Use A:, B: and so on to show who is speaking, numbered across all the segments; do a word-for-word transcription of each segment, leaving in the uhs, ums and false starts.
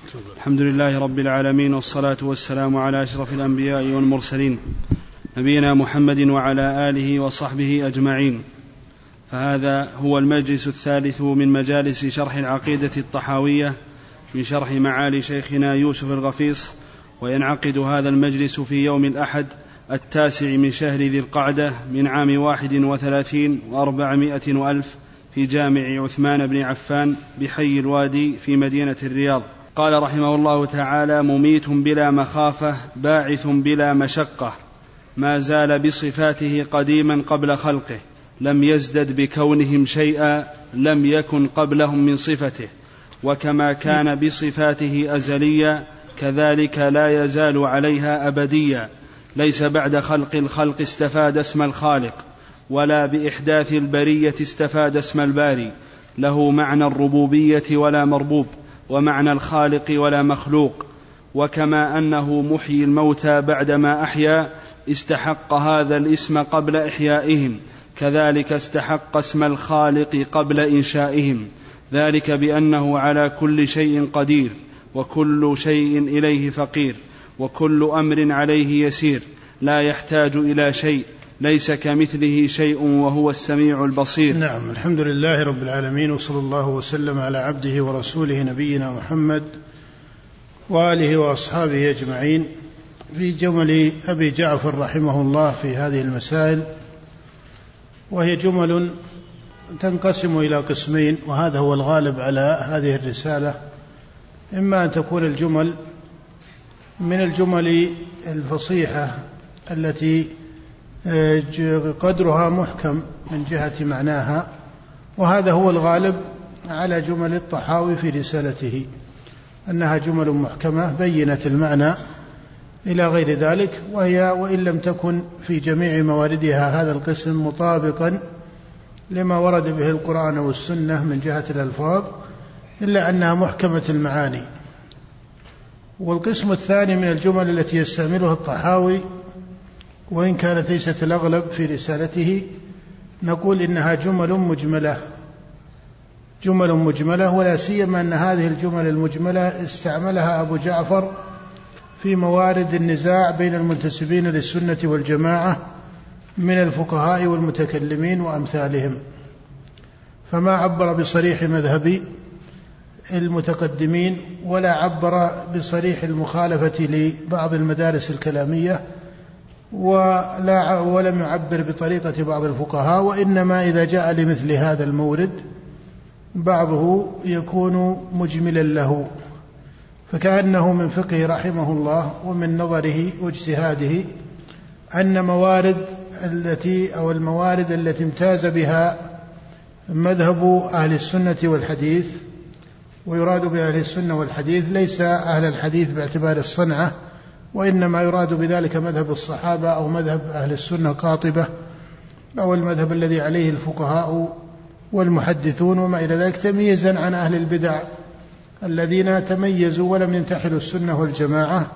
A: الحمد لله رب العالمين، والصلاة والسلام على أشرف الأنبياء والمرسلين نبينا محمد وعلى آله وصحبه أجمعين. فهذا هو المجلس الثالث من مجالس شرح العقيدة الطحاوية من شرح معالي شيخنا يوسف الغفيص، وينعقد هذا المجلس في يوم الأحد التاسع من شهر ذي القعدة من عام واحد وثلاثين وأربعمائة وألف في جامع عثمان بن عفان بحي الوادي في مدينة الرياض. قال رحمه الله تعالى: مميت بلا مخافة، باعث بلا مشقة، ما زال بصفاته قديما قبل خلقه، لم يزدد بكونهم شيئا لم يكن قبلهم من صفته، وكما كان بصفاته أزليا كذلك لا يزال عليها أبديا، ليس بعد خلق الخلق استفاد اسم الخالق، ولا بإحداث البرية استفاد اسم الباري، له معنى الربوبية ولا مربوب، ومعنى الخالق ولا مخلوق. وكما أنه محيي الموتى بعدما أحيا استحق هذا الاسم قبل إحيائهم، كذلك استحق اسم الخالق قبل إنشائهم، ذلك بأنه على كل شيء قدير، وكل شيء إليه فقير، وكل أمر عليه يسير، لا يحتاج إلى شيء، ليس كمثله شيء، وهو السميع البصير.
B: نعم، الحمد لله رب العالمين، وصلى الله وسلم على عبده ورسوله نبينا محمد وآله وأصحابه أجمعين. في جمل أبي جعفر رحمه الله في هذه المسائل، وهي جمل تنقسم إلى قسمين، وهذا هو الغالب على هذه الرسالة: إما أن تكون الجمل من الجمل الفصيحة التي قدرها محكم من جهة معناها، وهذا هو الغالب على جمل الطحاوي في رسالته، أنها جمل محكمة بينة المعنى إلى غير ذلك، وهي وإن لم تكن في جميع مواردها هذا القسم مطابقا لما ورد به القرآن والسنة من جهة الألفاظ، إلا أنها محكمة المعاني. والقسم الثاني من الجمل التي يستعملها الطحاوي، وإن كانت ليست الأغلب في رسالته، نقول إنها جمل مجملة جمل مجملة ولا سيما أن هذه الجمل المجملة استعملها أبو جعفر في موارد النزاع بين المنتسبين للسنة والجماعة من الفقهاء والمتكلمين وأمثالهم، فما عبر بصريح مذهب المتقدمين، ولا عبر بصريح المخالفة لبعض المدارس الكلامية، ولا ولم يعبر بطريقة بعض الفقهاء، وإنما إذا جاء لمثل هذا المورد بعضه يكون مجملا له، فكأنه من فقه رحمه الله ومن نظره واجتهاده أن موارد التي أو الموارد التي امتاز بها مذهب أهل السنة والحديث، ويراد بأهل السنة والحديث ليس أهل الحديث باعتبار الصنعة، وإنما يراد بذلك مذهب الصحابة أو مذهب أهل السنة قاطبة، أو المذهب الذي عليه الفقهاء والمحدثون وما إلى ذلك، تمييزا عن أهل البدع الذين تميزوا ولم ينتحلوا السنة والجماعة،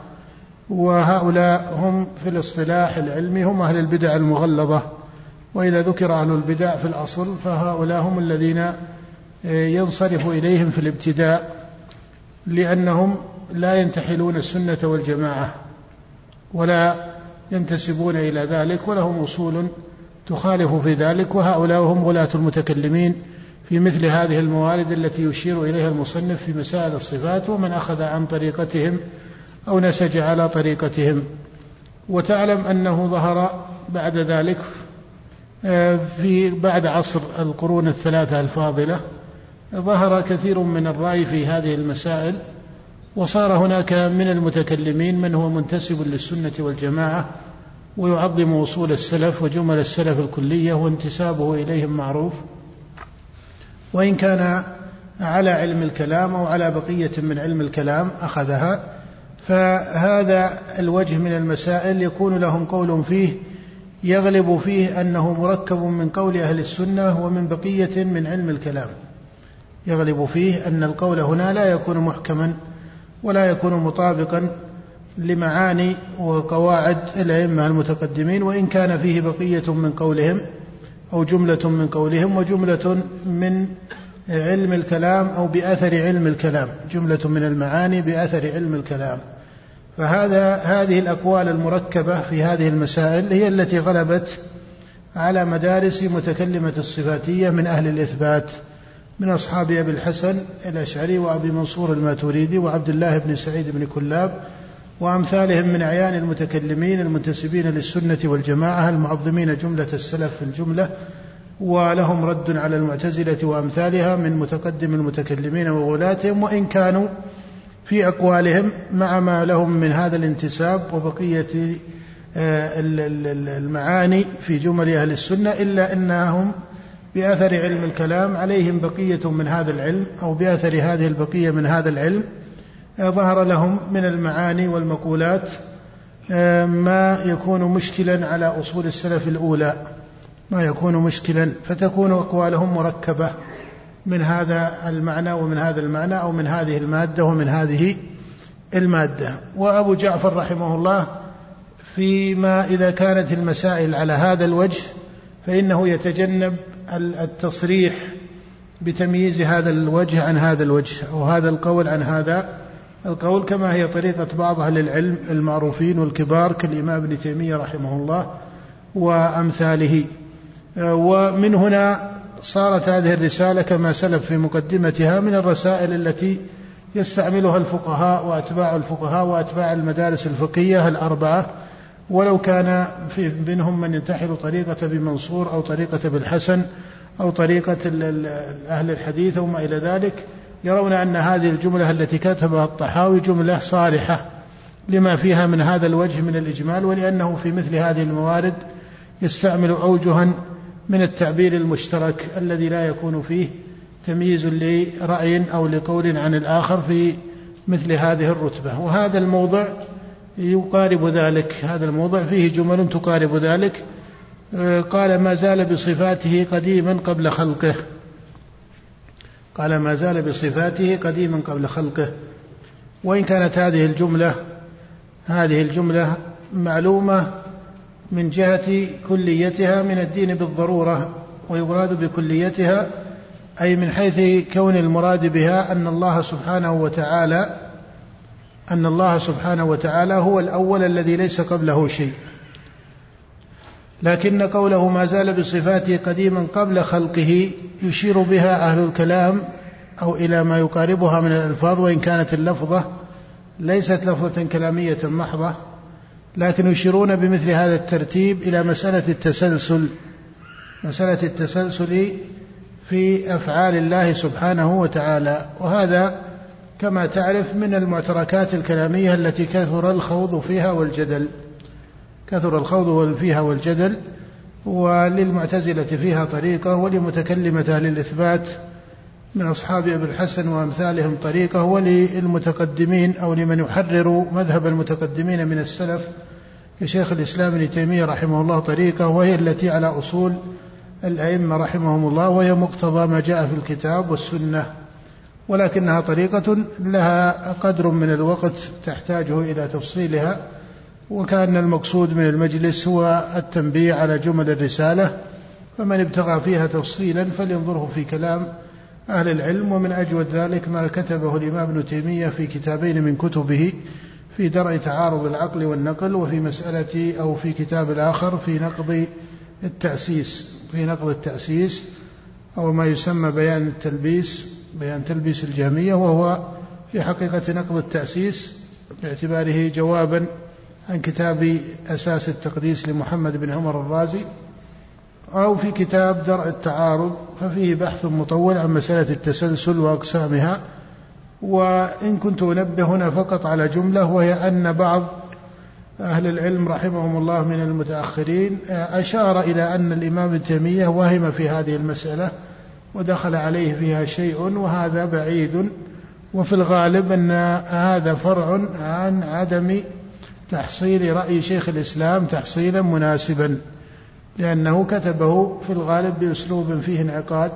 B: وهؤلاء هم في الاصطلاح العلمي هم أهل البدع المغلظة. وإذا ذكر أهل البدع في الأصل فهؤلاء هم الذين ينصرف إليهم في الابتداء، لأنهم لا ينتحلون السنة والجماعة ولا ينتسبون إلى ذلك، ولهم أصول تخالف في ذلك، وهؤلاء هم غلاة المتكلمين في مثل هذه الموارد التي يشير إليها المصنف في مسائل الصفات، ومن أخذ عن طريقتهم أو نسج على طريقتهم. وتعلم أنه ظهر بعد ذلك في بعد عصر القرون الثلاثة الفاضلة ظهر كثير من الرأي في هذه المسائل، وصار هناك من المتكلمين من هو منتسب للسنة والجماعة ويعظم أصول السلف وجمل السلف الكلية، وانتسابه إليهم معروف، وإن كان على علم الكلام أو على بقية من علم الكلام أخذها. فهذا الوجه من المسائل يكون لهم قول فيه يغلب فيه أنه مركب من قول أهل السنة ومن بقية من علم الكلام، يغلب فيه أن القول هنا لا يكون محكما ولا يكون مطابقا لمعاني وقواعد الأئمة المتقدمين، وإن كان فيه بقية من قولهم أو جملة من قولهم وجملة من علم الكلام أو بأثر علم الكلام، جملة من المعاني بأثر علم الكلام. فهذا هذه الأقوال المركبة في هذه المسائل هي التي غلبت على مدارس متكلمة الصفاتية من أهل الإثبات، من أصحاب أبي الحسن الأشعري وأبي منصور الماتريدي وعبد الله بن سعيد بن كلاب وأمثالهم من أعيان المتكلمين المنتسبين للسنة والجماعة المعظمين جملة السلف في الجملة، ولهم رد على المعتزلة وأمثالها من متقدم المتكلمين وغلاتهم، وإن كانوا في أقوالهم مع ما لهم من هذا الانتساب وبقية المعاني في جمل أهل السنة، إلا أنهم بأثر علم الكلام عليهم بقية من هذا العلم، أو بأثر هذه البقية من هذا العلم ظهر لهم من المعاني والمقولات ما يكون مشكلا على أصول السلف الأولى، ما يكون مشكلا، فتكون أقوالهم مركبة من هذا المعنى ومن هذا المعنى، أو من هذه المادة ومن هذه المادة. وأبو جعفر رحمه الله فيما إذا كانت المسائل على هذا الوجه فإنه يتجنب التصريح بتمييز هذا الوجه عن هذا الوجه، أو هذا القول عن هذا القول، كما هي طريقة بعض أهل العلم المعروفين والكبار كالإمام ابن تيمية رحمه الله وأمثاله. ومن هنا صارت هذه الرسالة كما سلف في مقدمتها من الرسائل التي يستعملها الفقهاء وأتباع الفقهاء وأتباع المدارس الفقهية الأربعة، ولو كان في منهم من ينتحل طريقة ابن منصور أو طريقة ابن الحسن أو طريقة أهل الحديث وما إلى ذلك، يرون أن هذه الجملة التي كتبها الطحاوي جملة صالحة لما فيها من هذا الوجه من الإجمال، ولأنه في مثل هذه الموارد يستعمل أوجها من التعبير المشترك الذي لا يكون فيه تمييز لرأي أو لقول عن الآخر في مثل هذه الرتبة. وهذا الموضع يقارب ذلك، هذا الموضع فيه جمل تقارب ذلك. قال ما زال بصفاته قديما قبل خلقه، قال ما زال بصفاته قديما قبل خلقه. وإن كانت هذه الجملة هذه الجملة معلومة من جهة كليتها من الدين بالضرورة، ويراد بكليتها أي من حيث كون المراد بها أن الله سبحانه وتعالى أن الله سبحانه وتعالى هو الأول الذي ليس قبله شيء. لكن قوله ما زال بصفاته قديما قبل خلقه يشير بها أهل الكلام أو إلى ما يقاربها من الألفاظ، وإن كانت اللفظة ليست لفظة كلامية محضة، لكن يشيرون بمثل هذا الترتيب إلى مسألة التسلسل مسألة التسلسل في أفعال الله سبحانه وتعالى. وهذا كما تعرف من المعتركات الكلامية التي كثر الخوض فيها والجدل كثر الخوض فيها والجدل وللمعتزلة فيها طريقة، ولمتكلمة أهل الإثبات من أصحاب أبي الحسن وأمثالهم طريقة، وللمتقدمين أو لمن يحرر مذهب المتقدمين من السلف كشيخ الإسلام ابن تيمية رحمه الله طريقة، وهي التي على أصول الأئمة رحمهم الله، وهي مقتضى ما جاء في الكتاب والسنة، ولكنها طريقة لها قدر من الوقت تحتاجه إلى تفصيلها، وكان المقصود من المجلس هو التنبيه على جمل الرسالة، فمن ابتغى فيها تفصيلا فلينظره في كلام أهل العلم. ومن أجود ذلك ما كتبه الإمام ابن تيمية في كتابين من كتبه في درء تعارض العقل والنقل، وفي مسألة أو في كتاب الآخر في نقض التأسيس في نقض التأسيس أو ما يسمى بيان التلبيس بيان تلبيس الجهمية، وهو في حقيقة نقض التأسيس باعتباره جوابا عن كتاب أساس التقديس لمحمد بن عمر الرازي، أو في كتاب درء التعارض ففيه بحث مطول عن مسألة التسلسل وأقسامها. وإن كنت أنبه هنا فقط على جملة، وهي أن بعض أهل العلم رحمهم الله من المتأخرين أشار إلى أن الإمام ابن تيمية وهم في هذه المسألة ودخل عليه فيها شيء، وهذا بعيد، وفي الغالب أن هذا فرع عن عدم تحصيل رأي شيخ الإسلام تحصيلا مناسبا، لأنه كتبه في الغالب بأسلوب فيه انعقاد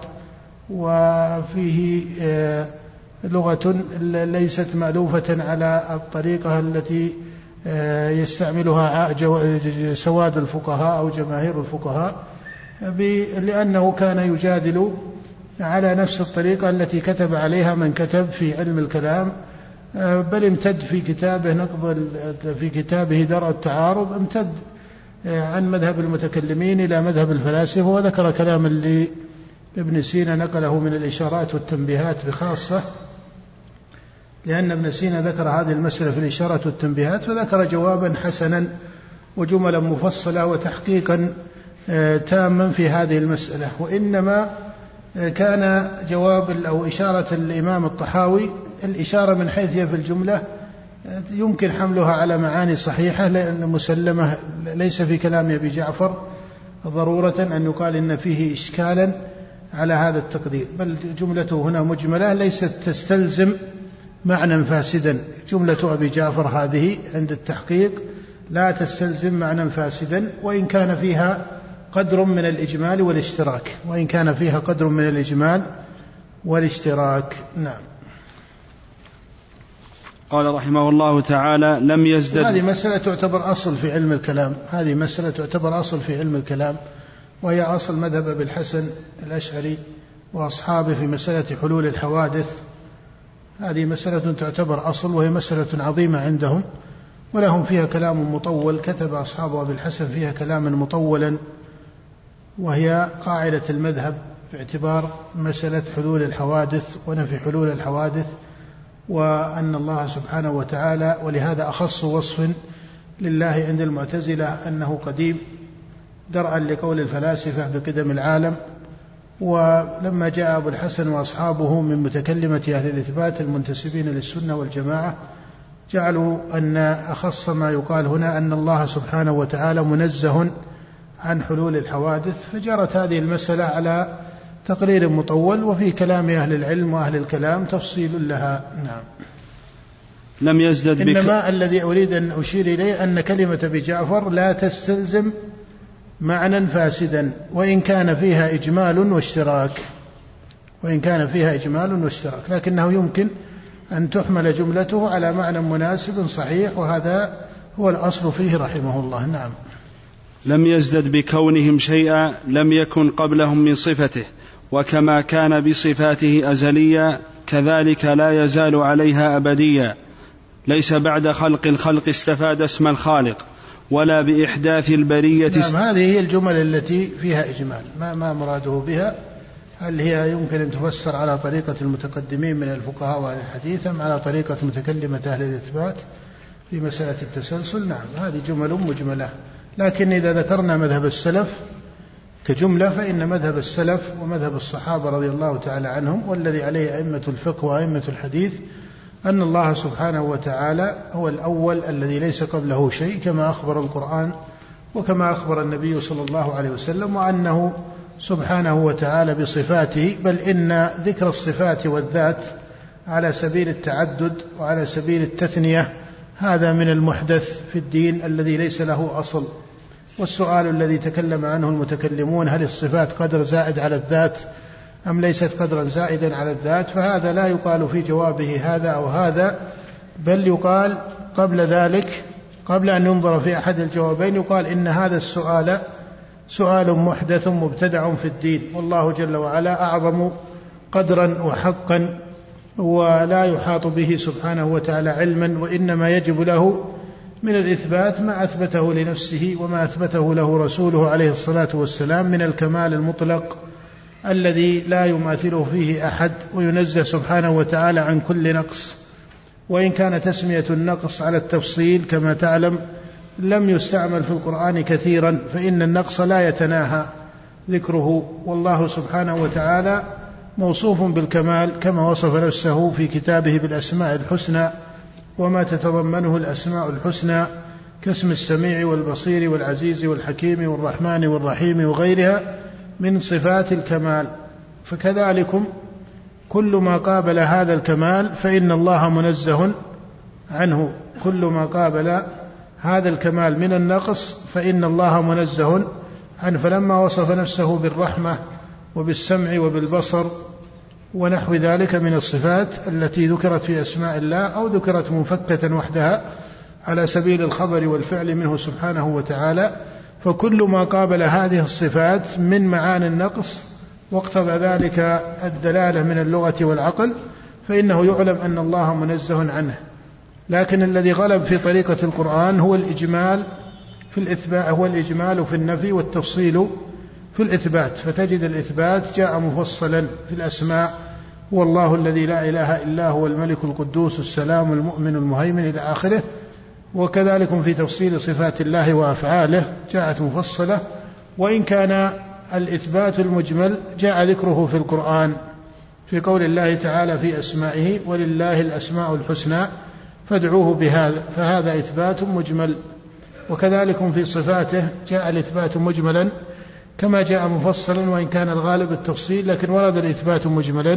B: وفيه لغة ليست مألوفة على الطريقة التي يستعملها سواد الفقهاء أو جماهير الفقهاء، لأنه كان يجادل على نفس الطريقة التي كتب عليها من كتب في علم الكلام، بل امتد في كتابه نقض في كتابه درء التعارض امتد عن مذهب المتكلمين إلى مذهب الفلاسفة، وذكر كلاما لابن سينا نقله من الإشارات والتنبيهات بخاصة، لأن ابن سينا ذكر هذه المسألة في الإشارات والتنبيهات، فذكر جوابا حسنا وجملا مفصلة وتحقيقا تاما في هذه المسألة. وإنما كان جواب أو إشارة الإمام الطحاوي الإشارة من حيث هي في الجملة يمكن حملها على معاني صحيحة، لأن مسلمة ليس في كلام أبي جعفر ضرورة أن يقال إن فيه إشكالا على هذا التقدير، بل جملته هنا مجملة ليست تستلزم معنى فاسدا. جملة أبي جعفر هذه عند التحقيق لا تستلزم معنى فاسدا، وإن كان فيها قدر من الإجمال والاشتراك وإن كان فيها قدر من الإجمال والاشتراك. نعم.
A: قال رحمه الله تعالى: لم يزدد.
B: هذه مسألة تعتبر أصل في علم الكلام هذه مسألة تعتبر أصل في علم الكلام وهي أصل مذهب أبي الحسن الأشعري وأصحابه في مسألة حلول الحوادث. هذه مسألة تعتبر أصل، وهي مسألة عظيمة عندهم، ولهم فيها كلام مطول، كتب أصحاب أبي الحسن فيها كلاما مطولا، وهي قاعدة المذهب في اعتبار مسألة حلول الحوادث ونفي حلول الحوادث، وأن الله سبحانه وتعالى، ولهذا أخص وصف لله عند المعتزلة أنه قديم درءا لقول الفلاسفة بقدم العالم. ولما جاء أبو الحسن وأصحابه من متكلمة أهل الإثبات المنتسبين للسنة والجماعة جعلوا أن أخص ما يقال هنا أن الله سبحانه وتعالى منزه عن حلول الحوادث، فجرت هذه المسألة على تقرير مطول، وفي كلام أهل العلم وأهل الكلام تفصيل لها. نعم.
A: لم يزدد بك.
B: إنما الذي أريد أن أشير إليه أن كلمة أبي جعفر لا تستلزم معنى فاسدا، وإن كان فيها إجمال واشتراك وإن كان فيها إجمال واشتراك لكنه يمكن أن تحمل جملته على معنى مناسب صحيح، وهذا هو الأصل فيه رحمه الله. نعم.
A: لم يزدد بكونهم شيئا لم يكن قبلهم من صفته، وكما كان بصفاته أزليا كذلك لا يزال عليها أبديا، ليس بعد خلق الخلق استفاد اسم الخالق ولا بإحداث البرية.
B: نعم. هذه هي الجمل التي فيها إجمال، ما, ما مراده بها؟ هل هي يمكن أن تفسر على طريقة المتقدمين من الفقهاء وأهل الحديث أم على طريقة متكلمة أهل الإثبات في مسألة التسلسل؟ نعم، هذه جمل مجملة. لكن إذا ذكرنا مذهب السلف كجملة فإن مذهب السلف ومذهب الصحابة رضي الله تعالى عنهم، والذي عليه أئمة الفقه وأئمة الحديث، أن الله سبحانه وتعالى هو الأول الذي ليس قبله شيء، كما أخبر القرآن وكما أخبر النبي صلى الله عليه وسلم، وأنه سبحانه وتعالى بصفاته، بل إن ذكر الصفات والذات على سبيل التعدد وعلى سبيل التثنية هذا من المحدث في الدين الذي ليس له أصل. والسؤال الذي تكلم عنه المتكلمون هل الصفات قدر زائد على الذات أم ليست قدرا زائدا على الذات، فهذا لا يقال في جوابه هذا أو هذا، بل يقال قبل ذلك قبل أن ينظر في أحد الجوابين يقال إن هذا السؤال سؤال محدث مبتدع في الدين، والله جل وعلا أعظم قدرا وحقا ولا يحاط به سبحانه وتعالى علما، وإنما يجب له من الإثبات ما أثبته لنفسه وما أثبته له رسوله عليه الصلاة والسلام من الكمال المطلق الذي لا يماثله فيه أحد، وينزه سبحانه وتعالى عن كل نقص. وإن كان تسمية النقص على التفصيل كما تعلم لم يستعمل في القرآن كثيرا، فإن النقص لا يتناهى ذكره، والله سبحانه وتعالى موصوف بالكمال كما وصف نفسه في كتابه بالأسماء الحسنى وما تتضمنه الأسماء الحسنى كاسم السميع والبصير والعزيز والحكيم والرحمن والرحيم وغيرها من صفات الكمال. فكذلكم كل ما قابل هذا الكمال فإن الله منزه عنه، كل ما قابل هذا الكمال من النقص فإن الله منزه عنه. فلما وصف نفسه بالرحمة وبالسمع وبالبصر ونحو ذلك من الصفات التي ذكرت في أسماء الله أو ذكرت منفكة وحدها على سبيل الخبر والفعل منه سبحانه وتعالى، فكل ما قابل هذه الصفات من معاني النقص واقتضى ذلك الدلالة من اللغة والعقل فإنه يعلم أن الله منزه عنه. لكن الذي غلب في طريقة القرآن هو الإجمال في الإثبات، هو الإجمال في النفي والتفصيل في الإثبات. فتجد الإثبات جاء مفصلا في الأسماء: هو الله الذي لا إله إلا هو الملك القدوس السلام المؤمن المهيمن إلى آخره. وكذلك في تفصيل صفات الله وأفعاله جاءت مفصلة. وإن كان الإثبات المجمل جاء ذكره في القرآن في قول الله تعالى في أسمائه: ولله الأسماء الحسنى فادعوه بهذا، فهذا إثبات مجمل. وكذلك في صفاته جاء الإثبات مجملا كما جاء مفصلا، وإن كان الغالب التفصيل، لكن ورد الإثبات مجملا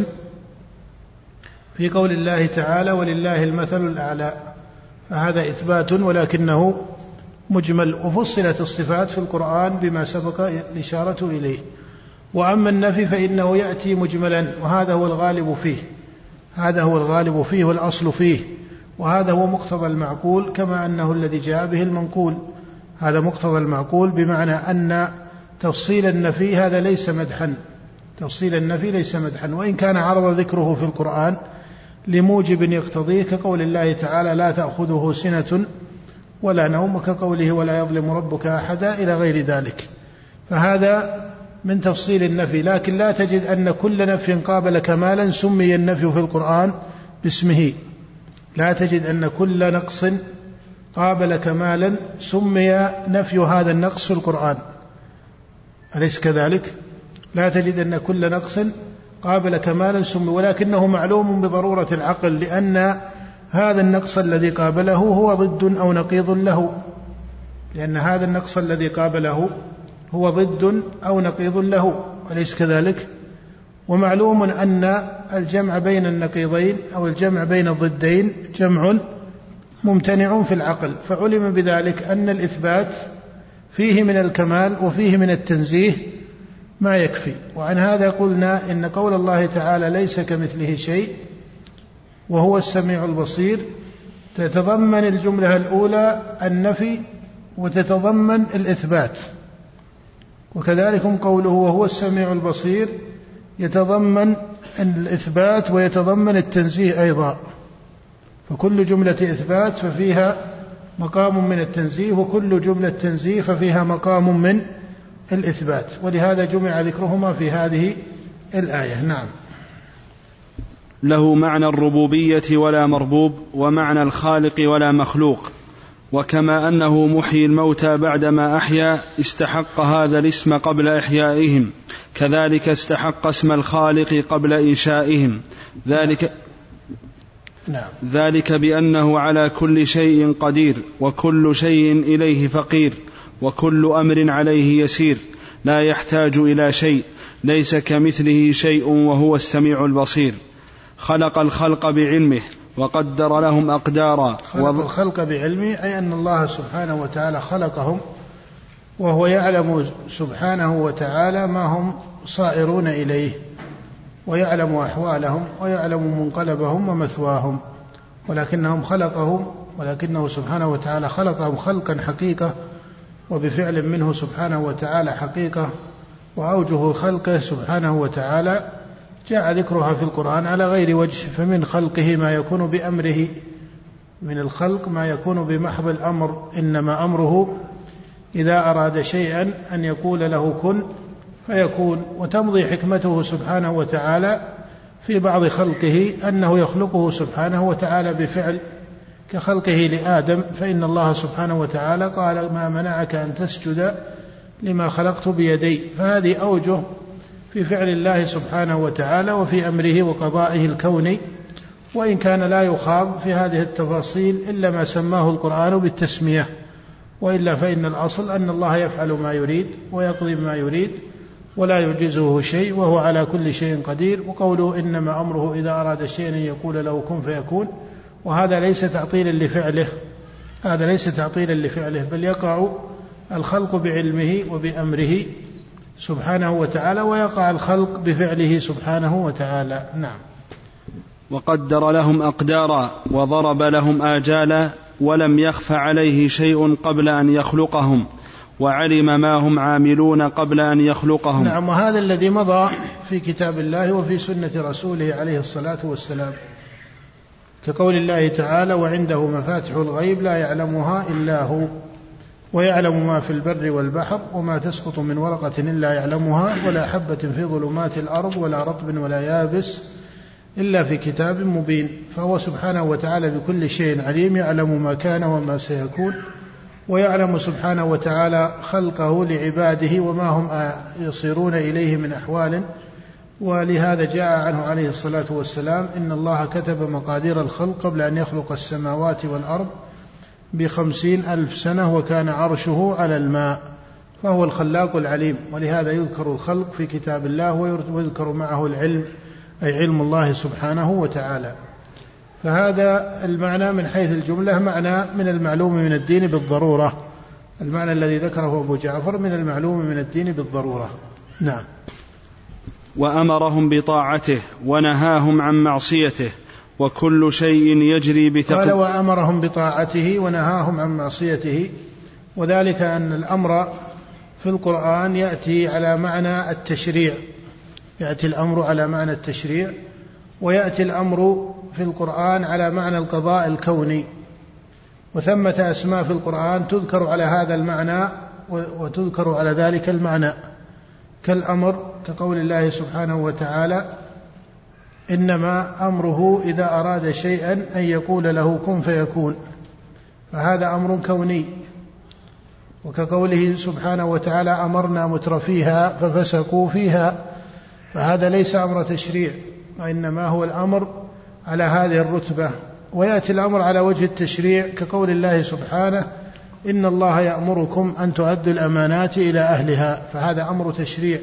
B: في قول الله تعالى: ولله المثل الأعلى، فهذا إثبات ولكنه مجمل. وفصلت الصفات في القرآن بما سبق الإشارة إليه. وأما النفي فإنه يأتي مجملا، وهذا هو الغالب فيه، هذا هو الغالب فيه والأصل فيه، وهذا هو مقتضى المعقول كما أنه الذي جاء به المنقول. هذا مقتضى المعقول، بمعنى أن تفصيل النفي هذا ليس مدحا، تفصيل النفي ليس مدحا، وإن كان عرض ذكره في القرآن لموجب يقتضيه كقول الله تعالى: لا تأخذه سنة ولا نوم، كقوله: ولا يظلم ربك أحدا، إلى غير ذلك. فهذا من تفصيل النفي. لكن لا تجد أن كل نفي قابل كمالا سمي النفي في القرآن باسمه، لا تجد أن كل نقص قابل كمالا سمي نفي هذا النقص في القرآن، أليس كذلك؟ لا تجد أن كل نقص قابل كمالا سمي، ولكنه معلوم بضرورة العقل، لأن هذا النقص الذي قابله هو ضد أو نقيض له، لأن هذا النقص الذي قابله هو ضد أو نقيض له، أليس كذلك؟ ومعلوم أن الجمع بين النقيضين أو الجمع بين الضدين جمع ممتنع في العقل، فعلم بذلك أن الإثبات فيه من الكمال وفيه من التنزيه ما يكفي. وعن هذا قلنا إن قول الله تعالى: ليس كمثله شيء وهو السميع البصير، تتضمن الجملة الأولى النفي وتتضمن الإثبات. وكذلك قوله وهو السميع البصير يتضمن الإثبات ويتضمن التنزيه أيضا، فكل جملة إثبات ففيها مقام من التنزيه، وكل جملة تنزيه ففيها مقام من الإثبات، ولهذا جمع ذكرهما في هذه الآية. نعم.
A: له معنى الربوبية ولا مربوب، ومعنى الخالق ولا مخلوق. وكما أنه محيي الموتى بعدما أحيا استحق هذا الاسم قبل إحيائهم، كذلك استحق اسم الخالق قبل إنشائهم، ذلك
B: نعم.
A: ذلك بأنه على كل شيء قدير، وكل شيء إليه فقير، وكل أمر عليه يسير، لا يحتاج إلى شيء، ليس كمثله شيء وهو السميع البصير. خلق الخلق بعلمه وقدر لهم أقدارا.
B: خلق الخلق بعلمه أي أن الله سبحانه وتعالى خلقهم، وهو يعلم سبحانه وتعالى ما هم صائرون إليه، ويعلم أحوالهم، ويعلم منقلبهم ومثواهم، ولكنهم خلقهم، ولكنه سبحانه وتعالى خلقهم خلقا حقيقة، وبفعل منه سبحانه وتعالى حقيقة. وأوجه خلقه سبحانه وتعالى جاء ذكرها في القرآن على غير وجه، فمن خلقه ما يكون بأمره، من الخلق ما يكون بمحض الأمر، إنما أمره إذا أراد شيئا أن يقول له كن فيكون. وتمضي حكمته سبحانه وتعالى في بعض خلقه أنه يخلقه سبحانه وتعالى بفعل، كخلقه لآدم، فإن الله سبحانه وتعالى قال: ما منعك أن تسجد لما خلقت بيدي. فهذه أوجه في فعل الله سبحانه وتعالى وفي أمره وقضائه الكوني، وإن كان لا يخاض في هذه التفاصيل إلا ما سماه القرآن بالتسمية، وإلا فإن الأصل أن الله يفعل ما يريد ويقضي ما يريد ولا يعجزه شيء، وهو على كل شيء قدير. وقوله إنما أمره إذا أراد شيئا أن يقول له كن فيكون، وهذا ليس تعطيلا لفعله، هذا ليس تعطيلا لفعله، بل يقع الخلق بعلمه وبأمره سبحانه وتعالى، ويقع الخلق بفعله سبحانه وتعالى. نعم.
A: وقدر لهم أقدارا وضرب لهم آجالا، ولم يخف عليه شيء قبل أن يخلقهم، وعلم ما هم عاملون قبل أن يخلقهم.
B: نعم. وهذا الذي مضى في كتاب الله وفي سنة رسوله عليه الصلاة والسلام، كقول الله تعالى: وعنده مفاتح الغيب لا يعلمها إلا هو ويعلم ما في البر والبحر وما تسقط من ورقة إلا يعلمها ولا حبة في ظلمات الأرض ولا رطب ولا يابس إلا في كتاب مبين. فهو سبحانه وتعالى بكل شيء عليم، يعلم ما كان وما سيكون، ويعلم سبحانه وتعالى خلقه لعباده وما هم يصيرون إليه من أحوال. ولهذا جاء عنه عليه الصلاة والسلام: إن الله كتب مقادير الخلق قبل أن يخلق السماوات والأرض بخمسين ألف سنة وكان عرشه على الماء. فهو الخلاق العليم، ولهذا يذكر الخلق في كتاب الله ويذكر معه العلم، أي علم الله سبحانه وتعالى. فهذا المعنى من حيث الجملة معنى من المعلوم من الدين بالضرورة، المعنى الذي ذكره أبو جعفر من المعلوم من الدين بالضرورة. نعم.
A: وأمرهم بطاعته ونهاهم عن معصيته، وكل شيء يجري بتقوى.
B: قال: وأمرهم بطاعته ونهاهم عن معصيته، وذلك أن الأمر في القرآن يأتي على معنى التشريع، يأتي الأمر على معنى التشريع، ويأتي الأمر في القرآن على معنى القضاء الكوني. وثمة أسماء في القرآن تذكر على هذا المعنى وتذكر على ذلك المعنى، كالأمر، كقول الله سبحانه وتعالى: إنما أمره إذا أراد شيئا أن يقول له كن فيكون، فهذا أمر كوني. وكقوله سبحانه وتعالى: أمرنا مترفيها ففسقوا فيها، فهذا ليس أمر تشريع، وإنما هو الأمر على هذه الرتبة. ويأتي الأمر على وجه التشريع، كقول الله سبحانه: إن الله يأمركم أن تؤدوا الأمانات إلى أهلها، فهذا أمر تشريع،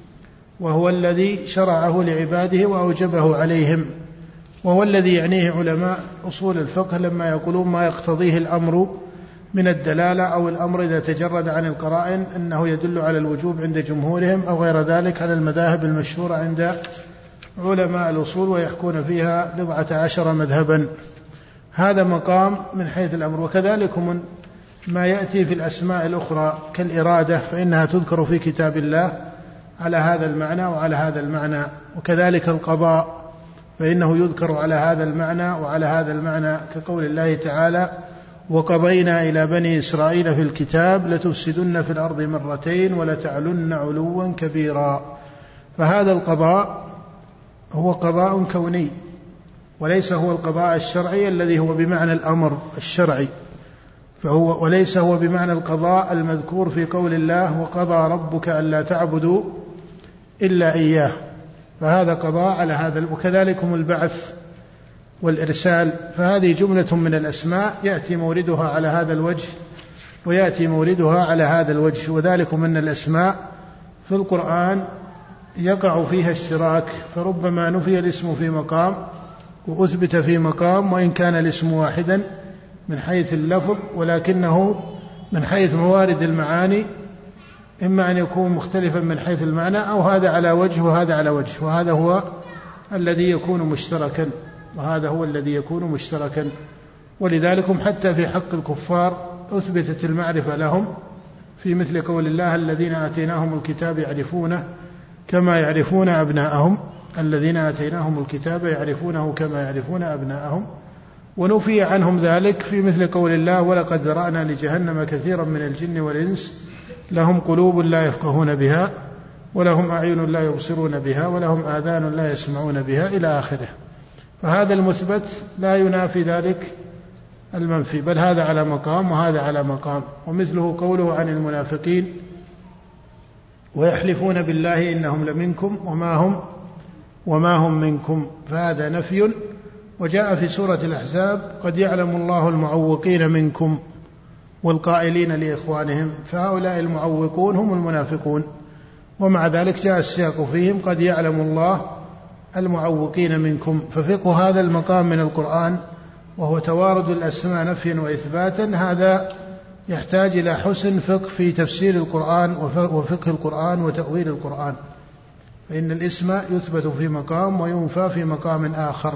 B: وهو الذي شرعه لعباده وأوجبه عليهم، وهو الذي يعنيه علماء أصول الفقه لما يقولون ما يقتضيه الأمر من الدلالة، أو الأمر إذا تجرد عن القرائن أنه يدل على الوجوب عند جمهورهم، أو غير ذلك على المذاهب المشهورة عند علماء الأصول، ويحكون فيها بضعة عشر مذهبا. هذا مقام من حيث الأمر. وكذلك ما يأتي في الأسماء الأخرى كالإرادة، فإنها تذكر في كتاب الله على هذا المعنى وعلى هذا المعنى. وكذلك القضاء، فإنه يذكر على هذا المعنى وعلى هذا المعنى، كقول الله تعالى: وقضينا إلى بني إسرائيل في الكتاب لتفسدن في الأرض مرتين ولتعلن علوا كبيرا. فهذا القضاء هو قضاء كوني، وليس هو القضاء الشرعي الذي هو بمعنى الأمر الشرعي، فهو وليس هو بمعنى القضاء المذكور في قول الله: وقضى ربك ألا تعبدوا إلا إياه، فهذا قضاء على هذا. وكذلكم البعث والإرسال، فهذه جملة من الأسماء يأتي موردها على هذا الوجه ويأتي موردها على هذا الوجه. وذلك من الأسماء في القرآن يقع فيها اشتراك، فربما نفي الاسم في مقام وأثبت في مقام، وإن كان الاسم واحدا من حيث اللفظ، ولكنه من حيث موارد المعاني إما أن يكون مختلفا من حيث المعنى، أو هذا على وجه وهذا على وجه، وهذا هو الذي يكون مشتركا وهذا هو الذي يكون مشتركا. ولذلك حتى في حق الكفار أثبتت المعرفة لهم في مثل قول الله: الذين آتيناهم الكتاب يعرفونه كما يعرفون أبناءهم، الذين آتيناهم الكتاب يعرفونه كما يعرفون أبناءهم. ونفي عنهم ذلك في مثل قول الله: ولقد ذرأنا لجهنم كثيرا من الجن والإنس لهم قلوب لا يفقهون بها ولهم أعين لا يبصرون بها ولهم آذان لا يسمعون بها، إلى آخره. فهذا المثبت لا ينافي ذلك المنفي، بل هذا على مقام وهذا على مقام. ومثله قوله عن المنافقين: ويحلفون بالله إنهم لمنكم وما هم وما هم منكم، فهذا نفي. وجاء في سورة الأحزاب: قد يعلم الله المعوقين منكم والقائلين لإخوانهم، فهؤلاء المعوقون هم المنافقون، ومع ذلك جاء السياق فيهم: قد يعلم الله المعوقين منكم. ففقه هذا المقام من القرآن، وهو توارد الأسماء نفيا وإثباتا، هذا يحتاج إلى حسن فقه في تفسير القرآن وفقه القرآن وتأويل القرآن، فإن الاسم يثبت في مقام وينفى في مقام آخر.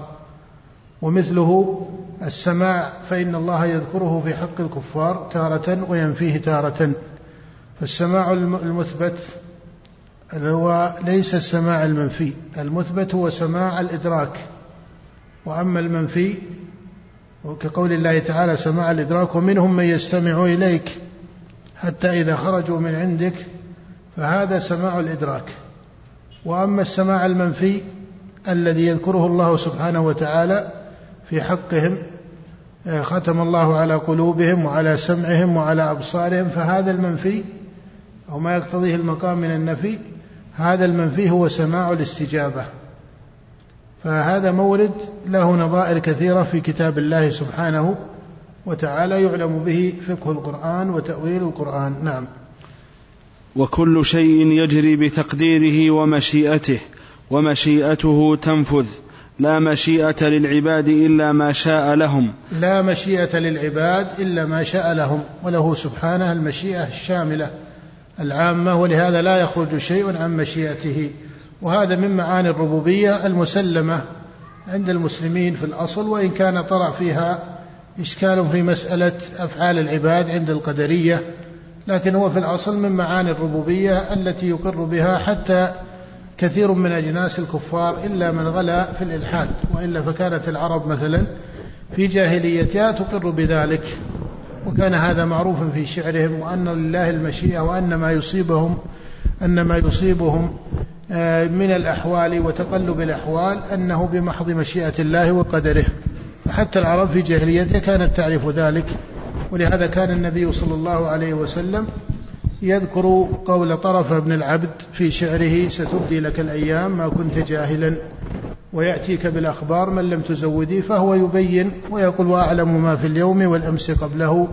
B: ومثله السماع، فإن الله يذكره في حق الكفار تارة وينفيه تارة. فالسماع المثبت هو ليس السماع المنفي، المثبت هو سماع الإدراك، وأما المنفي وكقول الله تعالى سماع الإدراك ومنهم من يستمع إليك حتى إذا خرجوا من عندك، فهذا سماع الإدراك. وأما السماع المنفي الذي يذكره الله سبحانه وتعالى في حقهم، ختم الله على قلوبهم وعلى سمعهم وعلى أبصارهم، فهذا المنفي أو ما يقتضيه المقام من النفي، هذا المنفي هو سماع الاستجابة. فهذا مورد له نظائر كثيرة في كتاب الله سبحانه وتعالى يعلم به فقه القرآن وتأويل القرآن. نعم.
A: وكل شيء يجري بتقديره ومشيئته، ومشيئته تنفذ، لا مشيئة للعباد إلا ما شاء لهم.
B: لا مشيئة للعباد إلا ما شاء لهم، وله سبحانه المشيئة الشاملة العامة، ولهذا لا يخرج شيء عن مشيئته. وهذا من معاني الربوبية المسلمة عند المسلمين في الأصل، وإن كان طرأ فيها إشكال في مسألة أفعال العباد عند القدرية، لكن هو في الأصل من معاني الربوبية التي يقر بها حتى كثير من أجناس الكفار إلا من غلا في الإلحاد، وإلا فكانت العرب مثلا في جاهليتها تقر بذلك، وكان هذا معروفا في شعرهم، وأن لله المشيئة، وأن ما يصيبهم أن ما يصيبهم من الأحوال وتقلب الأحوال أنه بمحض مشيئة الله وقدره. فحتى العرب في جاهليتها كانت تعرف ذلك، ولهذا كان النبي صلى الله عليه وسلم يذكر قول طرف بن العبد في شعره: ستبدي لك الأيام ما كنت جاهلا، ويأتيك بالأخبار من لم تزودي، فهو يبين ويقول: وأعلم ما في اليوم والأمس قبله،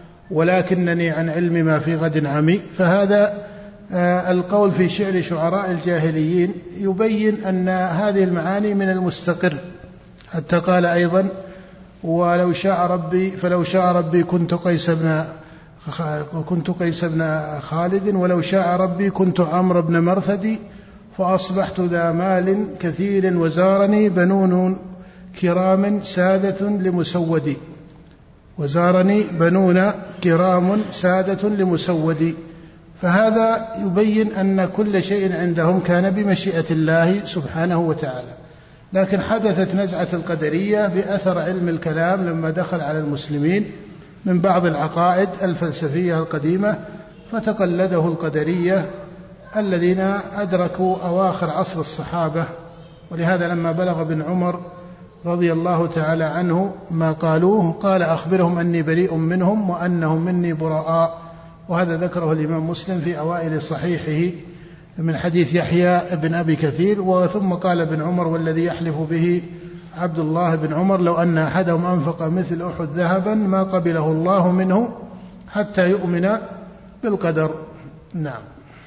B: ولكنني عن علم ما في غد عمي. فهذا القول في شعر شعراء الجاهليين يبين أن هذه المعاني من المستقر، حتى قال أيضا: ولو شاء ربي فلو شاء ربي كنت قيس بن كنت قيس بن خالد، ولو شاء ربي كنت عمرو بن مرثد، فأصبحت ذا مال كثير وزارني بنون كرام سادة لمسودي وزارني بنون كرام سادة لمسودي. فهذا يبين أن كل شيء عندهم كان بمشيئة الله سبحانه وتعالى. لكن حدثت نزعة القدرية بأثر علم الكلام لما دخل على المسلمين من بعض العقائد الفلسفية القديمة، فتقلده القدرية الذين أدركوا أواخر عصر الصحابة. ولهذا لما بلغ ابن عمر رضي الله تعالى عنه ما قالوه، قال: أخبرهم أني بريء منهم وأنهم مني براء. وهذا ذكره الإمام مسلم في أوائل صحيحه من حديث يحيى بن أبي كثير. وثم قال ابن عمر: والذي يحلف به عبد الله بن عمر لو أن أحدهم أنفق مثل أحد ذهبا ما قبله الله منه حتى يؤمن بالقدر. نعم.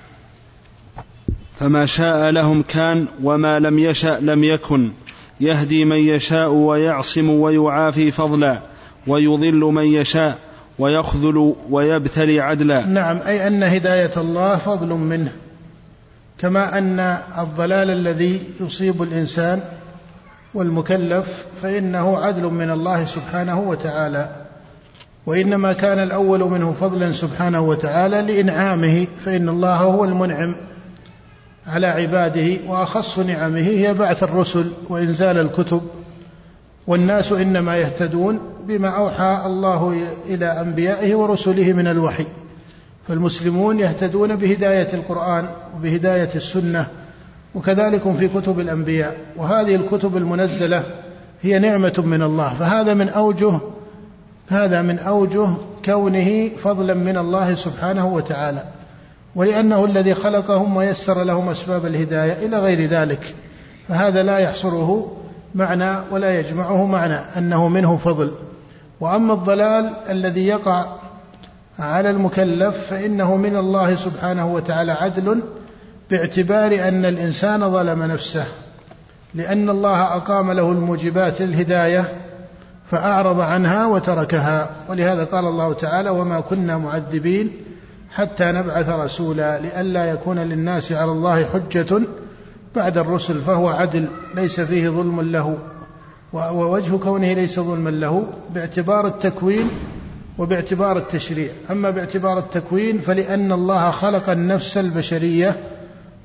A: فما شاء لهم كان، وما لم يشأ لم يكن، يهدي من يشاء ويعصم ويعافي فضلا، ويضل من يشاء ويخذل ويبتلي عدلا.
B: نعم، أي أن هداية الله فضل منه، كما أن الضلال الذي يصيب الإنسان والمكلف فإنه عدل من الله سبحانه وتعالى، وإنما كان الأول منه فضلا سبحانه وتعالى لإنعامه، فإن الله هو المنعم على عباده، وأخص نعمه هي بعث الرسل وإنزال الكتب، والناس إنما يهتدون بما أوحى الله إلى أنبيائه ورسله من الوحي. فالمسلمون يهتدون بهداية القرآن وبهداية السنة، وكذلك في كتب الأنبياء، وهذه الكتب المنزلة هي نعمة من الله. فهذا من أوجه هذا من أوجه كونه فضلا من الله سبحانه وتعالى، ولأنه الذي خلقهم ويسر لهم أسباب الهداية إلى غير ذلك، فهذا لا يحصره معنى ولا يجمعه معنى أنه منه فضل. وأما الضلال الذي يقع على المكلف فإنه من الله سبحانه وتعالى عدل، باعتبار أن الإنسان ظلم نفسه، لأن الله أقام له الموجبات الهداية فأعرض عنها وتركها. ولهذا قال الله تعالى: وما كنا معذبين حتى نبعث رسولا لئلا يكون للناس على الله حجة بعد الرسل. فهو عدل ليس فيه ظلم له، ووجه كونه ليس ظلما له باعتبار التكوين وباعتبار التشريع. أما باعتبار التكوين فلأن الله خلق النفس البشرية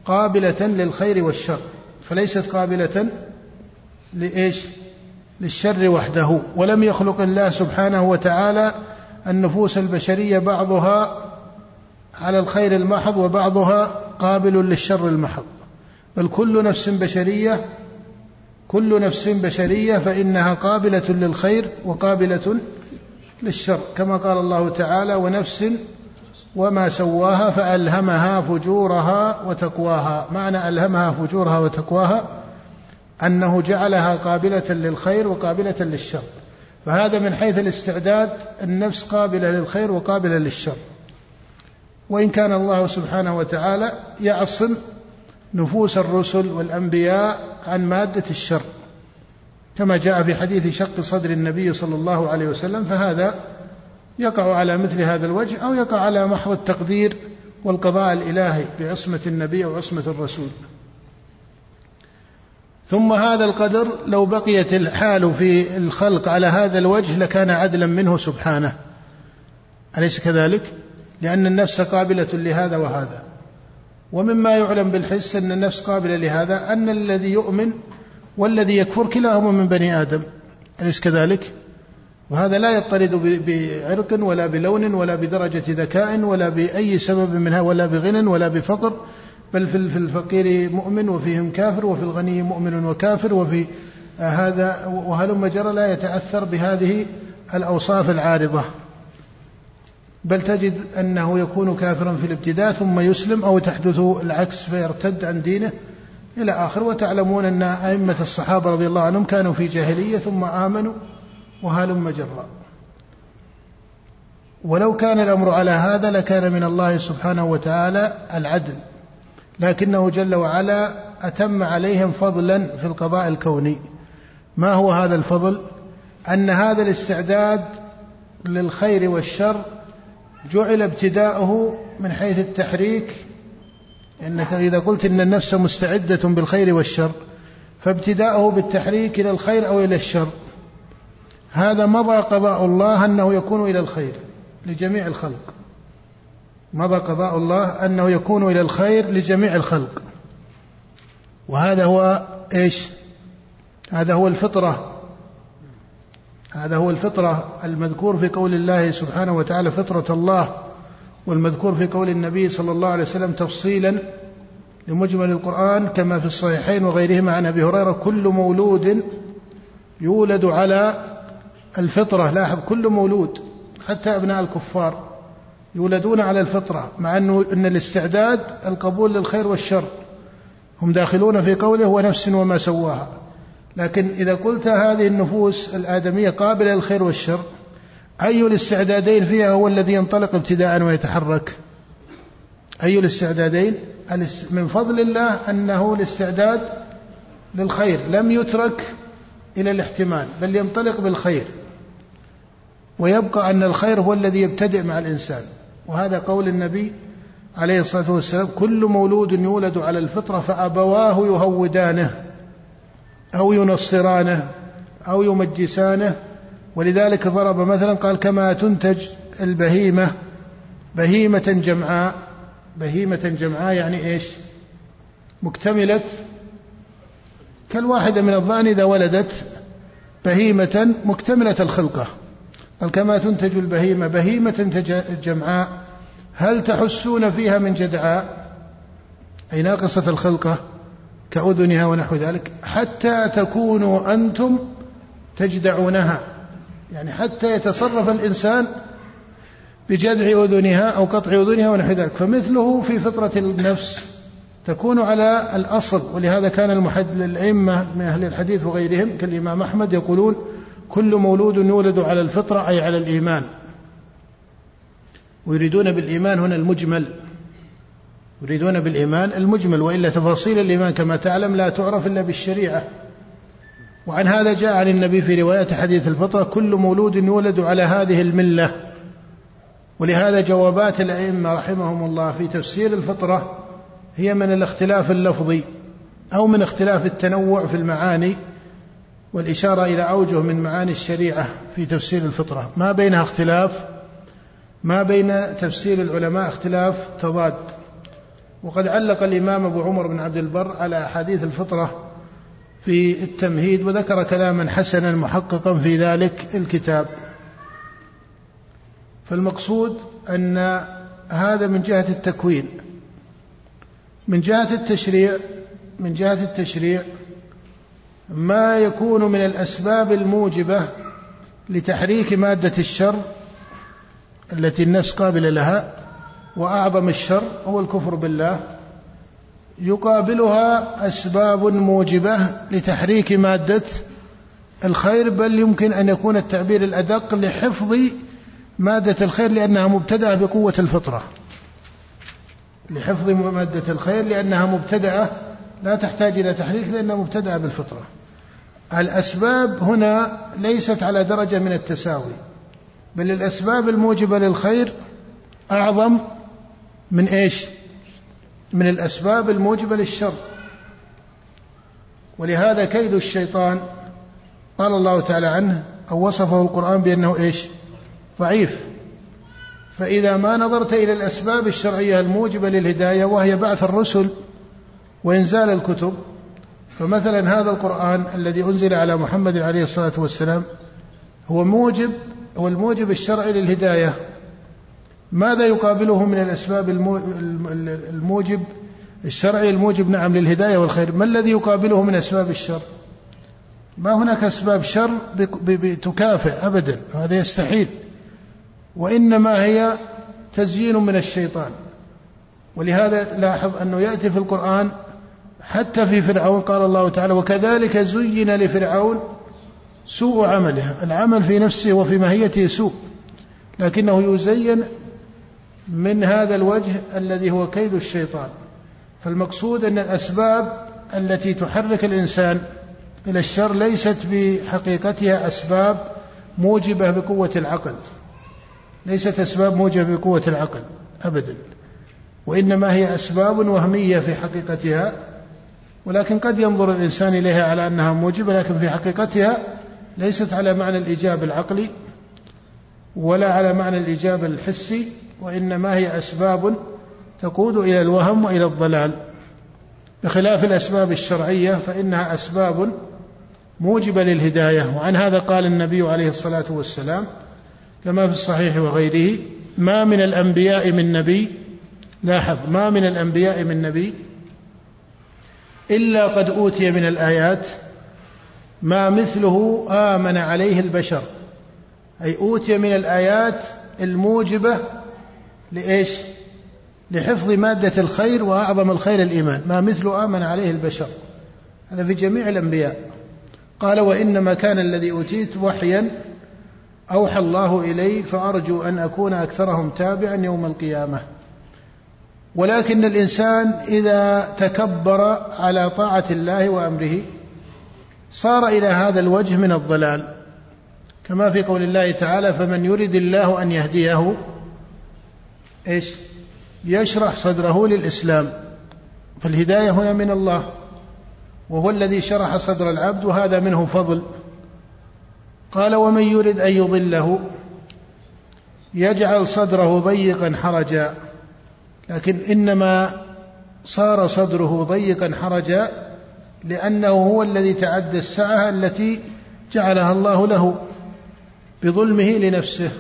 B: قابلة للخير والشر، فليست قابلة لإيش؟ للشر وحده. ولم يخلق الله سبحانه وتعالى النفوس البشرية بعضها على الخير المحض وبعضها قابل للشر المحض، بل كل نفس بشرية كل نفس بشرية فإنها قابلة للخير وقابلة للشر، كما قال الله تعالى: ونفس وما سواها فألهمها فجورها وتقواها. معنى ألهمها فجورها وتقواها أنه جعلها قابلة للخير وقابلة للشر، فهذا من حيث الاستعداد النفس قابلة للخير وقابلة للشر، وإن كان الله سبحانه وتعالى يعصم نفوس الرسل والأنبياء عن مادة الشر، كما جاء في حديث شق صدر النبي صلى الله عليه وسلم، فهذا يقع على مثل هذا الوجه، أو يقع على محض التقدير والقضاء الإلهي بعصمة النبي أو عصمة الرسول. ثم هذا القدر لو بقيت الحال في الخلق على هذا الوجه لكان عدلا منه سبحانه، أليس كذلك؟ لأن النفس قابلة لهذا وهذا. ومما يعلم بالحس أن النفس قابلة لهذا أن الذي يؤمن والذي يكفر كلاهما من بني آدم، أليس كذلك؟ وهذا لا يضطرد بعرق ولا بلون ولا بدرجة ذكاء ولا بأي سبب منها، ولا بغنى ولا بفقر، بل في الفقير مؤمن وفيهم كافر، وفي الغني مؤمن وكافر، وفي هذا وهلم جرى، لا يتأثر بهذه الأوصاف العارضة، بل تجد أنه يكون كافرا في الابتداء ثم يسلم، أو تحدث العكس فيرتد عن دينه إلى آخر. وتعلمون أن أئمة الصحابة رضي الله عنهم كانوا في جاهلية ثم آمنوا وهلم جرى. ولو كان الأمر على هذا لكان من الله سبحانه وتعالى العدل، لكنه جل وعلا أتم عليهم فضلا في القضاء الكوني. ما هو هذا الفضل؟ أن هذا الاستعداد للخير والشر جعل ابتداؤه من حيث التحريك، إنك إذا قلت إن النفس مستعدة بالخير والشر فابتداؤه بالتحريك إلى الخير أو إلى الشر. هذا مضى قضاء الله أنه يكون إلى الخير لجميع الخلق، مضى قضاء الله أنه يكون إلى الخير لجميع الخلق، وهذا هو إيش؟ هذا هو الفطرة، هذا هو الفطرة المذكور في قول الله سبحانه وتعالى فطرة الله، والمذكور في قول النبي صلى الله عليه وسلم تفصيلا لمجمل القرآن كما في الصحيحين وغيرهما عن أبي هريرة: كل مولود يولد على الفطرة. لاحظ، كل مولود حتى أبناء الكفار يولدون على الفطرة، مع أنه إن الاستعداد القبول للخير والشر، هم داخلون في قوله ونفس وما سواها. لكن إذا قلت هذه النفوس الآدمية قابلة للخير والشر، أي الاستعدادين فيها هو الذي ينطلق ابتداء ويتحرك؟ أي الاستعدادين؟ من فضل الله أنه الاستعداد للخير لم يترك إلى الاحتمال، بل ينطلق بالخير، ويبقى أن الخير هو الذي يبتدئ مع الإنسان. وهذا قول النبي عليه الصلاة والسلام: كل مولود يولد على الفطرة فأبواه يهودانه أو ينصرانه أو يمجسانه. ولذلك ضرب مثلا قال: كما تنتج البهيمة بهيمة جمعاء. بهيمة جمعاء يعني إيش؟ مكتملة، كالواحدة من الضأن إذا ولدت بهيمة مكتملة الخلقة. قال: كما تنتج البهيمة بهيمة جمعاء هل تحسون فيها من جدعاء، أي ناقصة الخلقة كأذنها ونحو ذلك، حتى تكونوا أنتم تجدعونها، يعني حتى يتصرف الإنسان بجدع أذنها أو قطع أذنها ونحو ذلك. فمثله في فطرة النفس تكون على الأصل. ولهذا كان المحدث الأئمة من أهل الحديث وغيرهم كالإمام أحمد يقولون: كل مولود يولد على الفطرة، أي على الإيمان، ويريدون بالإيمان هنا المجمل، يريدون بالإيمان المجمل، وإلا تفاصيل الإيمان كما تعلم لا تعرف إلا بالشريعة. وعن هذا جاء عن النبي في رواية حديث الفطرة: كل مولود يولد على هذه الملة. ولهذا جوابات الأئمة رحمهم الله في تفسير الفطرة هي من الاختلاف اللفظي أو من اختلاف التنوع في المعاني، والإشارة إلى أوجه من معاني الشريعة في تفسير الفطرة ما بينها اختلاف، ما بين تفسير العلماء اختلاف تضاد. وقد علق الإمام أبو عمر بن عبد البر على أحاديث الفطرة في التمهيد، وذكر كلاما حسنا محققا في ذلك الكتاب. فالمقصود أن هذا من جهة التكوين. من جهة التشريع من جهة التشريع ما يكون من الأسباب الموجبة لتحريك مادة الشر التي النفس قابلة لها، وأعظم الشر هو الكفر بالله، يقابلها أسباب موجبة لتحريك مادة الخير، بل يمكن أن يكون التعبير الأدق لحفظ مادة الخير لأنها مبتدأة بقوة الفطرة، لحفظ مادة الخير لأنها مبتدأة لا تحتاج إلى تحريك لأنها مبتدأة بالفطرة. الأسباب هنا ليست على درجة من التساوي، بل الأسباب الموجبة للخير أعظم من إيش؟ من الأسباب الموجبة للشر. ولهذا كيد الشيطان قال الله تعالى عنه أو وصفه القرآن بأنه إيش؟ ضعيف. فإذا ما نظرت إلى الأسباب الشرعية الموجبة للهداية وهي بعث الرسل وإنزال الكتب، فمثلا هذا القرآن الذي أنزل على محمد عليه الصلاة والسلام هو موجب هو الموجب الشرعي للهداية. ماذا يقابله من الأسباب الموجب الشرعي الموجب نعم للهداية والخير؟ ما الذي يقابله من أسباب الشر؟ ما هناك أسباب شر بتكافئ أبدا، هذا يستحيل، وإنما هي تزيين من الشيطان. ولهذا لاحظ أنه يأتي في القرآن حتى في فرعون قال الله تعالى وكذلك زين لفرعون سوء عمله. العمل في نفسه وفي ماهيته سوء، لكنه يزين من هذا الوجه الذي هو كيد الشيطان. فالمقصود أن الأسباب التي تحرك الإنسان إلى الشر ليست بحقيقتها أسباب موجبة بقوة العقل، ليست أسباب موجبة بقوة العقل أبدا، وإنما هي أسباب وهمية في حقيقتها، ولكن قد ينظر الإنسان إليها على أنها موجبة، لكن في حقيقتها ليست على معنى الإيجاب العقلي ولا على معنى الإيجاب الحسي، وإنما هي أسباب تقود إلى الوهم وإلى الضلال، بخلاف الأسباب الشرعية فإنها أسباب موجبة للهداية. وعن هذا قال النبي عليه الصلاة والسلام كما في الصحيح وغيره ما من الأنبياء من نبي، لاحظ ما من الأنبياء من نبي إلا قد أوتي من الآيات ما مثله آمن عليه البشر، أي أوتي من الآيات الموجبة لإيش؟ لحفظ مادة الخير، وأعظم الخير الإيمان، ما مثله آمن عليه البشر، هذا في جميع الأنبياء. قال وإنما كان الذي أوتيت وحيا أوحى الله إلي فأرجو أن أكون أكثرهم تابعا يوم القيامة. ولكن الإنسان إذا تكبر على طاعة الله وأمره صار إلى هذا الوجه من الضلال، كما في قول الله تعالى فمن يرد الله أن يهديه إيش؟ يشرح صدره للإسلام. فالهداية هنا من الله، وهو الذي شرح صدر العبد، وهذا منه فضل. قال ومن يرد أن يضله يجعل صدره ضيقا حرجا، لكن إنما صار صدره ضيقا حرجا لأنه هو الذي تعدى السعة التي جعلها الله له بظلمه لنفسه.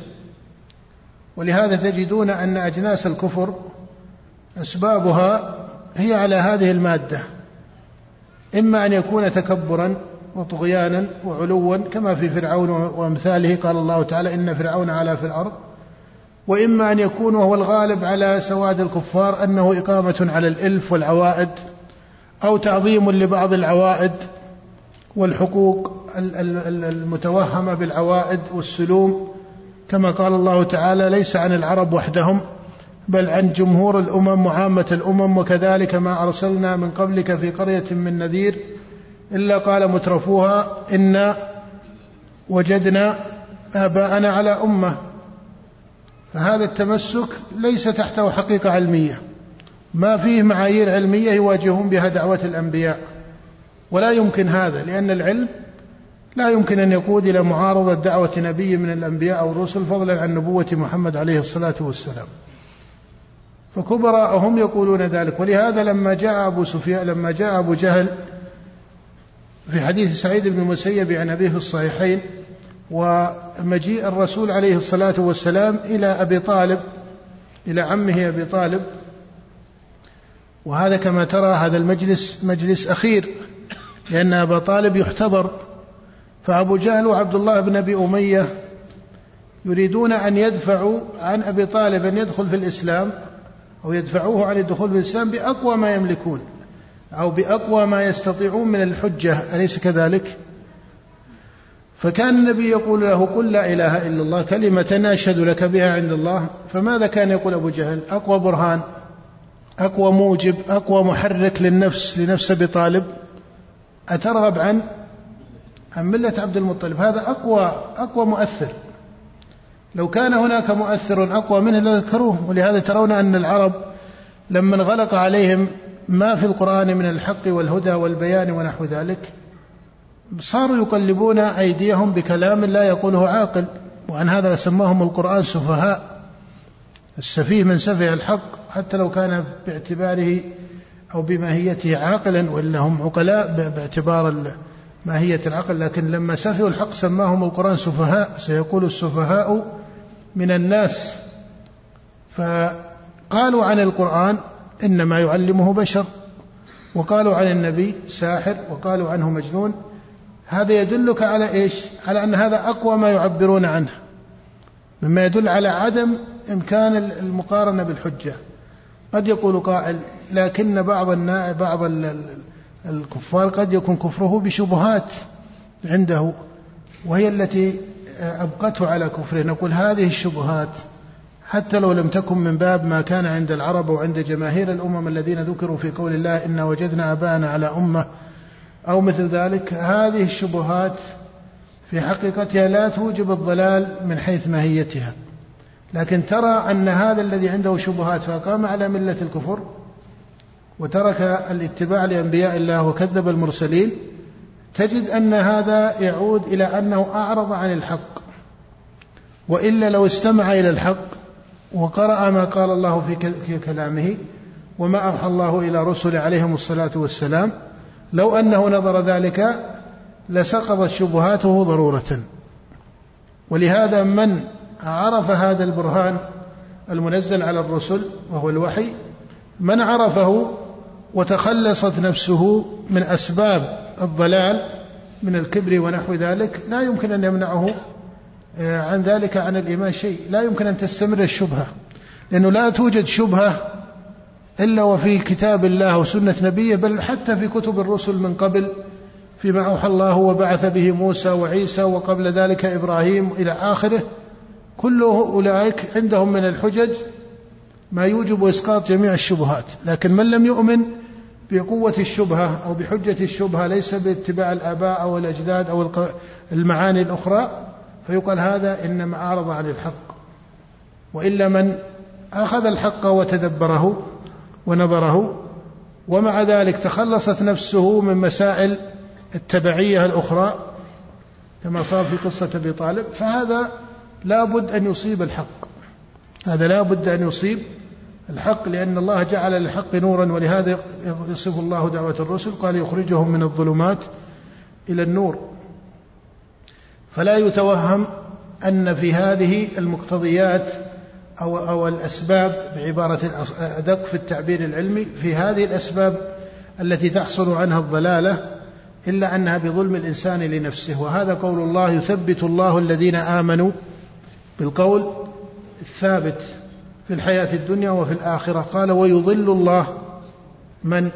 B: ولهذا تجدون أن أجناس الكفر أسبابها هي على هذه المادة، إما أن يكون تكبرا وطغيانا وعلوا كما في فرعون وأمثاله قال الله تعالى إن فرعون علا في الأرض، وإما أن يكون وهو الغالب على سواد الكفار أنه إقامة على الإلف والعوائد، أو تعظيم لبعض العوائد والحقوق المتوهمة بالعوائد والسلوم، كما قال الله تعالى ليس عن العرب وحدهم بل عن جمهور الأمم وعامة الأمم، وكذلك ما أرسلنا من قبلك في قرية من نذير إلا قال مترفوها إنا وجدنا آباءنا على أمة. فهذا التمسك ليس تحته حقيقة علمية، ما فيه معايير علمية يواجهون بها دعوة الأنبياء، ولا يمكن هذا، لأن العلم لا يمكن أن يقود إلى معارضة دعوة نبي من الأنبياء أو الرسل، فضلا عن نبوة محمد عليه الصلاة والسلام. فكبراءهم يقولون ذلك. ولهذا لما جاء أبو سفيان لما جاء أبو جهل في حديث سعيد بن المسيب عن أبيه في الصحيحين ومجيء الرسول عليه الصلاة والسلام إلى أبي طالب إلى عمه أبي طالب، وهذا كما ترى هذا المجلس مجلس أخير لأن أبا طالب يحتضر، فأبو جهل وعبد الله بن أبي أمية يريدون أن يدفعوا عن أبي طالب أن يدخل في الإسلام أو يدفعوه عن الدخول في الإسلام بأقوى ما يملكون أو بأقوى ما يستطيعون من الحجة، أليس كذلك؟ فكان النبي يقول له قل لا إله إلا الله كلمة أشهد لك بها عند الله. فماذا كان يقول أبو جهل؟ أقوى برهان، أقوى موجب، أقوى محرك للنفس لنفس أبي طالب، أترغب عن عن ملة عبد المطلب؟ هذا أقوى أقوى مؤثر. لو كان هناك مؤثر أقوى منه لذكروه. ولهذا ترون أن العرب لما انغلق عليهم ما في القرآن من الحق والهدى والبيان ونحو ذلك صاروا يقلبون أيديهم بكلام لا يقوله عاقل، وعن هذا سماهم القرآن سفهاء. السفيه من سفه الحق حتى لو كان باعتباره أو بماهيته عاقلا، وإلا هم عقلاء باعتبار ماهية العقل، لكن لما سفهوا الحق سماهم القرآن سفهاء. سيقول السفهاء من الناس. فقالوا عن القرآن إنما يعلمه بشر، وقالوا عن النبي ساحر، وقالوا عنه مجنون. هذا يدلك على إيش؟ على أن هذا أقوى ما يعبرون عنه، مما يدل على عدم إمكان المقارنة بالحجة. قد يقول قائل لكن بعض بعض الكفار قد يكون كفره بشبهات عنده وهي التي أبقته على كفره. نقول هذه الشبهات حتى لو لم تكن من باب ما كان عند العرب وعند جماهير الأمم الذين ذكروا في قول الله إنا وجدنا آباءنا على أمة أو مثل ذلك، هذه الشبهات في حقيقتها لا توجب الضلال من حيث ماهيتها. لكن ترى أن هذا الذي عنده شبهات فقام على ملة الكفر وترك الاتباع لأنبياء الله وكذب المرسلين، تجد أن هذا يعود إلى أنه أعرض عن الحق. وإلا لو استمع إلى الحق وقرأ ما قال الله في كلامه وما أوحى الله إلى رسل عليهم الصلاة والسلام، لو أنه نظر ذلك لسقطت شبهاته ضرورة. ولهذا من عرف هذا البرهان المنزل على الرسل وهو الوحي، من عرفه وتخلصت نفسه من أسباب الضلال من الكبر ونحو ذلك، لا يمكن أن يمنعه عن ذلك عن الإيمان شيء. لا يمكن أن تستمر الشبهة، لأنه لا توجد شبهة إلا وفي كتاب الله وسنة نبيه، بل حتى في كتب الرسل من قبل فيما أوحى الله وبعث به موسى وعيسى وقبل ذلك إبراهيم إلى آخره. كل أولئك عندهم من الحجج ما يوجب إسقاط جميع الشبهات. لكن من لم يؤمن بقوة الشبهة أو بحجة الشبهة، ليس باتباع الآباء أو الأجداد أو المعاني الأخرى، فيقال هذا إنما أعرض عن الحق. وإلا من أخذ الحق وتدبره ونظره ومع ذلك تخلصت نفسه من مسائل التبعية الأخرى كما صار في قصة أبي طالب، فهذا لا بد أن يصيب الحق. هذا لا بد أن يصيب الحق، لأن الله جعل للحق نورا. ولهذا يصف الله دعوة الرسل قال يخرجهم من الظلمات إلى النور. فلا يتوهم أن في هذه المقتضيات أو, أو الأسباب بعبارة أدق في التعبير العلمي، في هذه الأسباب التي تحصل عنها الضلالة إلا أنها بظلم الإنسان لنفسه. وهذا قول الله يثبت الله الذين آمنوا بالقول الثابت في الحياة الدنيا وفي الآخرة. قال ويضل الله من،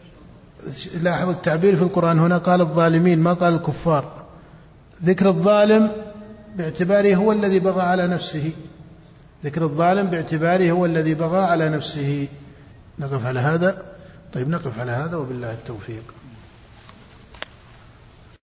B: لاحظ التعبير في القرآن هنا قال الظالمين ما قال الكفار. ذكر الظالم باعتباره هو الذي بغى على نفسه، ذكر الظالم باعتباره هو الذي بغى على نفسه. نقف على هذا. طيب نقف على هذا وبالله التوفيق.